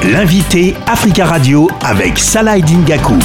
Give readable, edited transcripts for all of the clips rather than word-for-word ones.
L'invité Africa Radio avec Salah Eddine Gakou.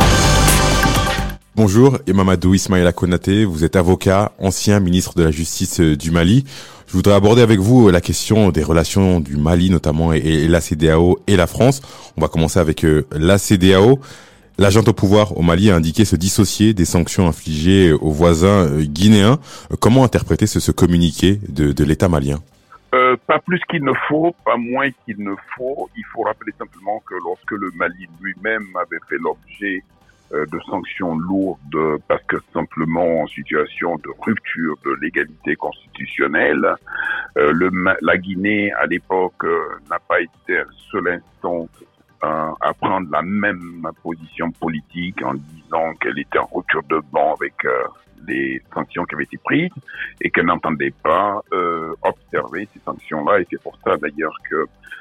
Bonjour, Mamadou Ismaïla Konaté, vous êtes avocat, ancien ministre de la Justice du Mali. Je voudrais aborder avec vous la question des relations du Mali notamment et la CEDEAO et la France. On va commencer avec la CEDEAO. L'agent au pouvoir au Mali a indiqué se dissocier des sanctions infligées aux voisins guinéens. Comment interpréter ce communiqué de l'État malien ? Pas plus qu'il ne faut, pas moins qu'il ne faut. Il faut rappeler simplement que lorsque le Mali lui-même avait fait l'objet de sanctions lourdes parce que simplement en situation de rupture de l'égalité constitutionnelle, la Guinée à l'époque n'a pas été un seul instant à prendre la même position politique en disant qu'elle était en rupture de banc avec les sanctions qui avaient été prises et qu'elle n'entendait pas observer ces sanctions-là. Et c'est pour ça d'ailleurs que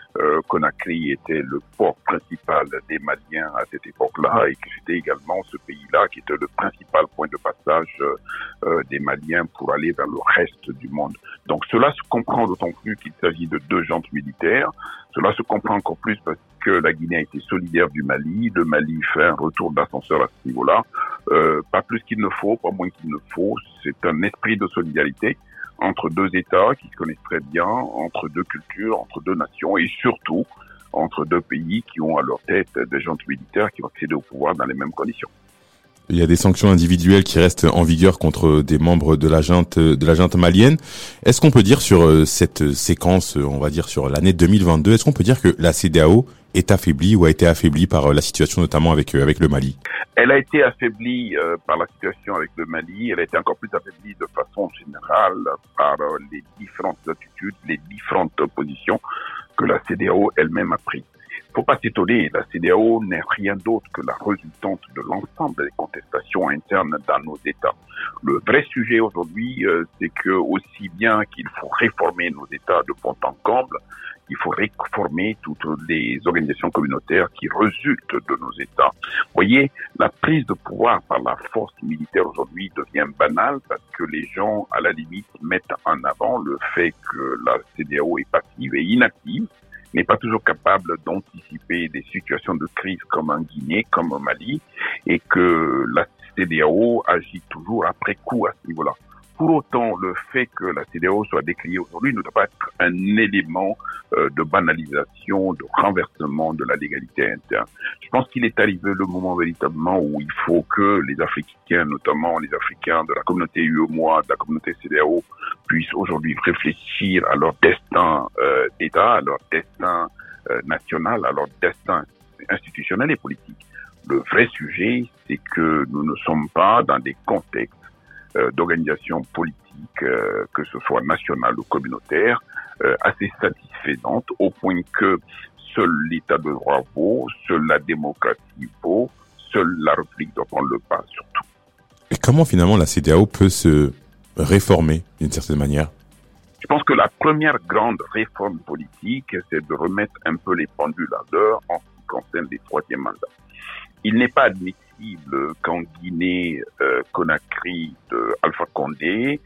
Conakry était le port principal des Maliens à cette époque-là et que c'était également ce pays-là qui était le principal point de passage des Maliens pour aller vers le reste du monde. Donc cela se comprend d'autant plus qu'il s'agit de deux jantes militaires. Cela se comprend encore plus parce que la Guinée a été solidaire du Mali. Le Mali fait un retour d'ascenseur à ce niveau-là. Pas plus qu'il ne faut, pas moins qu'il ne faut. C'est un esprit de solidarité entre deux États qui se connaissent très bien, entre deux cultures, entre deux nations et surtout entre deux pays qui ont à leur tête des jantes militaires qui ont accédé au pouvoir dans les mêmes conditions. Il y a des sanctions individuelles qui restent en vigueur contre des membres de la junte malienne. Est-ce qu'on peut dire sur cette séquence, on va dire sur l'année 2022, est-ce qu'on peut dire que la CEDEAO est affaiblie ou a été affaiblie par la situation notamment avec le Mali ? Elle a été affaiblie par la situation avec le Mali. Elle a été encore plus affaiblie de façon générale par les différentes attitudes, les différentes positions que la CEDEAO elle-même a prises. Faut pas s'étonner, la CEDEAO n'est rien d'autre que la résultante de l'ensemble des contestations internes dans nos États. Le vrai sujet aujourd'hui, c'est que aussi bien qu'il faut réformer nos États de fond en comble, il faut réformer toutes les organisations communautaires qui résultent de nos États. Vous voyez, la prise de pouvoir par la force militaire aujourd'hui devient banale parce que les gens, à la limite, mettent en avant le fait que la CEDEAO est passive et inactive, n'est pas toujours capable d'anticiper des situations de crise comme en Guinée, comme au Mali, et que la CEDEAO agit toujours après coup à ce niveau-là. Pour autant, le fait que la CEDEAO soit décriée aujourd'hui ne doit pas être un élément de banalisation, de renversement de la légalité interne. Je pense qu'il est arrivé le moment véritablement où il faut que les Africains, notamment les Africains de la communauté UEMOA, de la communauté CEDEAO, puissent aujourd'hui réfléchir à leur destin d'État, à leur destin national, à leur destin institutionnel et politique. Le vrai sujet, c'est que nous ne sommes pas dans des contextes d'organisation politique, que ce soit nationale ou communautaire, assez satisfaisante au point que seul l'état de droit vaut, seule la démocratie vaut, seule la République doit prendre le pas surtout. Et comment finalement la CEDEAO peut se réformer d'une certaine manière ? Je pense que la première grande réforme politique, c'est de remettre un peu les pendules à l'heure en ce qui concerne les troisièmes mandats. Il n'est pas admissible qu'en Guinée, Conakry de Alpha Condé,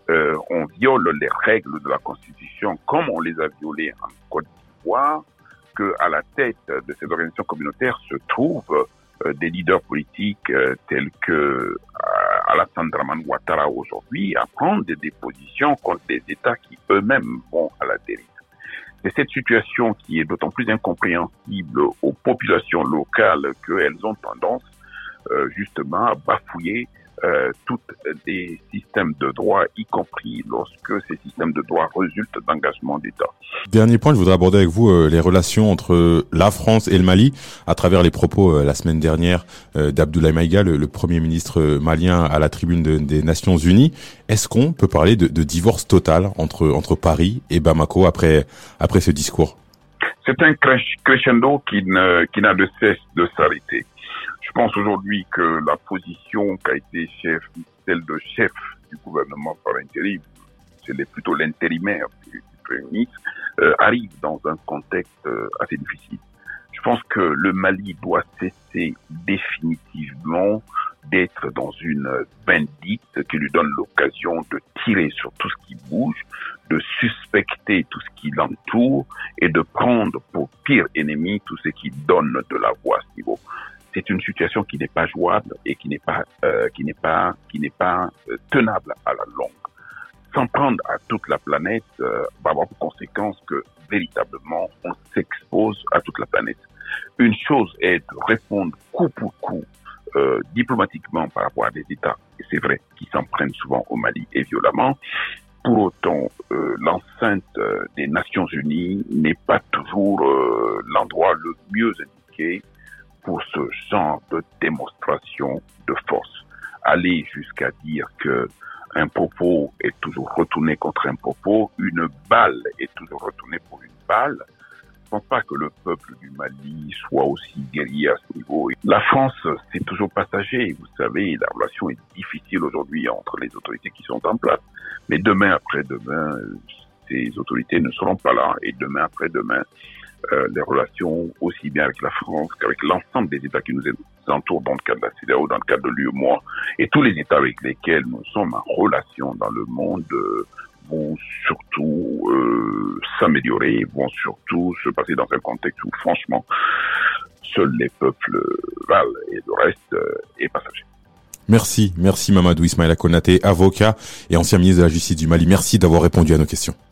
on viole les règles de la Constitution comme on les a violées en Côte d'Ivoire, qu'à la tête de ces organisations communautaires se trouvent des leaders politiques tels que Alassane Dramane Ouattara aujourd'hui à prendre des positions contre des États qui eux-mêmes vont à la dérive. C'est cette situation qui est d'autant plus incompréhensible aux populations locales qu'elles ont tendance justement à bafouiller tous les systèmes de droit, y compris lorsque ces systèmes de droit résultent d'engagements d'État. Dernier point, je voudrais aborder avec vous les relations entre la France et le Mali à travers les propos la semaine dernière d'Abdoulaye Maïga, le Premier ministre malien à la tribune des Nations Unies. Est-ce qu'on peut parler de divorce total entre Paris et Bamako après ce discours ? C'est un crescendo qui n'a de cesse de s'arrêter. Je pense aujourd'hui que la position qu'a été celle de chef du gouvernement par intérim, c'est plutôt l'intérimaire du Premier ministre, arrive dans un contexte assez difficile. Je pense que le Mali doit cesser définitivement d'être dans une vindicte qui lui donne l'occasion de tirer sur tout ce qui bouge, de suspecter tout ce qui l'entoure et de prendre pour pire ennemi tout ce qui donne de la voix à ce niveau. C'est une situation qui n'est pas jouable et qui n'est pas tenable à la longue. S'en prendre à toute la planète va avoir pour conséquence que véritablement on s'expose à toute la planète. Une chose est de répondre coup pour coup diplomatiquement par rapport à des États, et c'est vrai, qui s'en prennent souvent au Mali et violemment. Pour autant, l'enceinte des Nations Unies n'est pas toujours l'endroit le mieux indiqué pour ce genre de démonstration de force. Aller jusqu'à dire que un propos est toujours retourné contre un propos, une balle est toujours retournée pour une balle. Je ne pense pas que le peuple du Mali soit aussi guerrier à ce niveau. La France, c'est toujours passager. Vous savez, la relation est difficile aujourd'hui entre les autorités qui sont en place. Mais demain, après-demain, ces autorités ne seront pas là. Et demain, après-demain, les relations, aussi bien avec la France qu'avec l'ensemble des États qui nous entourent dans le cadre de la CEDEAO, dans le cadre de l'UEMOA, et tous les États avec lesquels nous sommes en relation dans le monde, vont surtout s'améliorer, vont surtout se passer dans un contexte où, franchement, seuls les peuples valent et le reste est passager. Merci Mamadou Ismaïla Konaté, avocat et ancien ministre de la Justice du Mali. Merci d'avoir répondu à nos questions.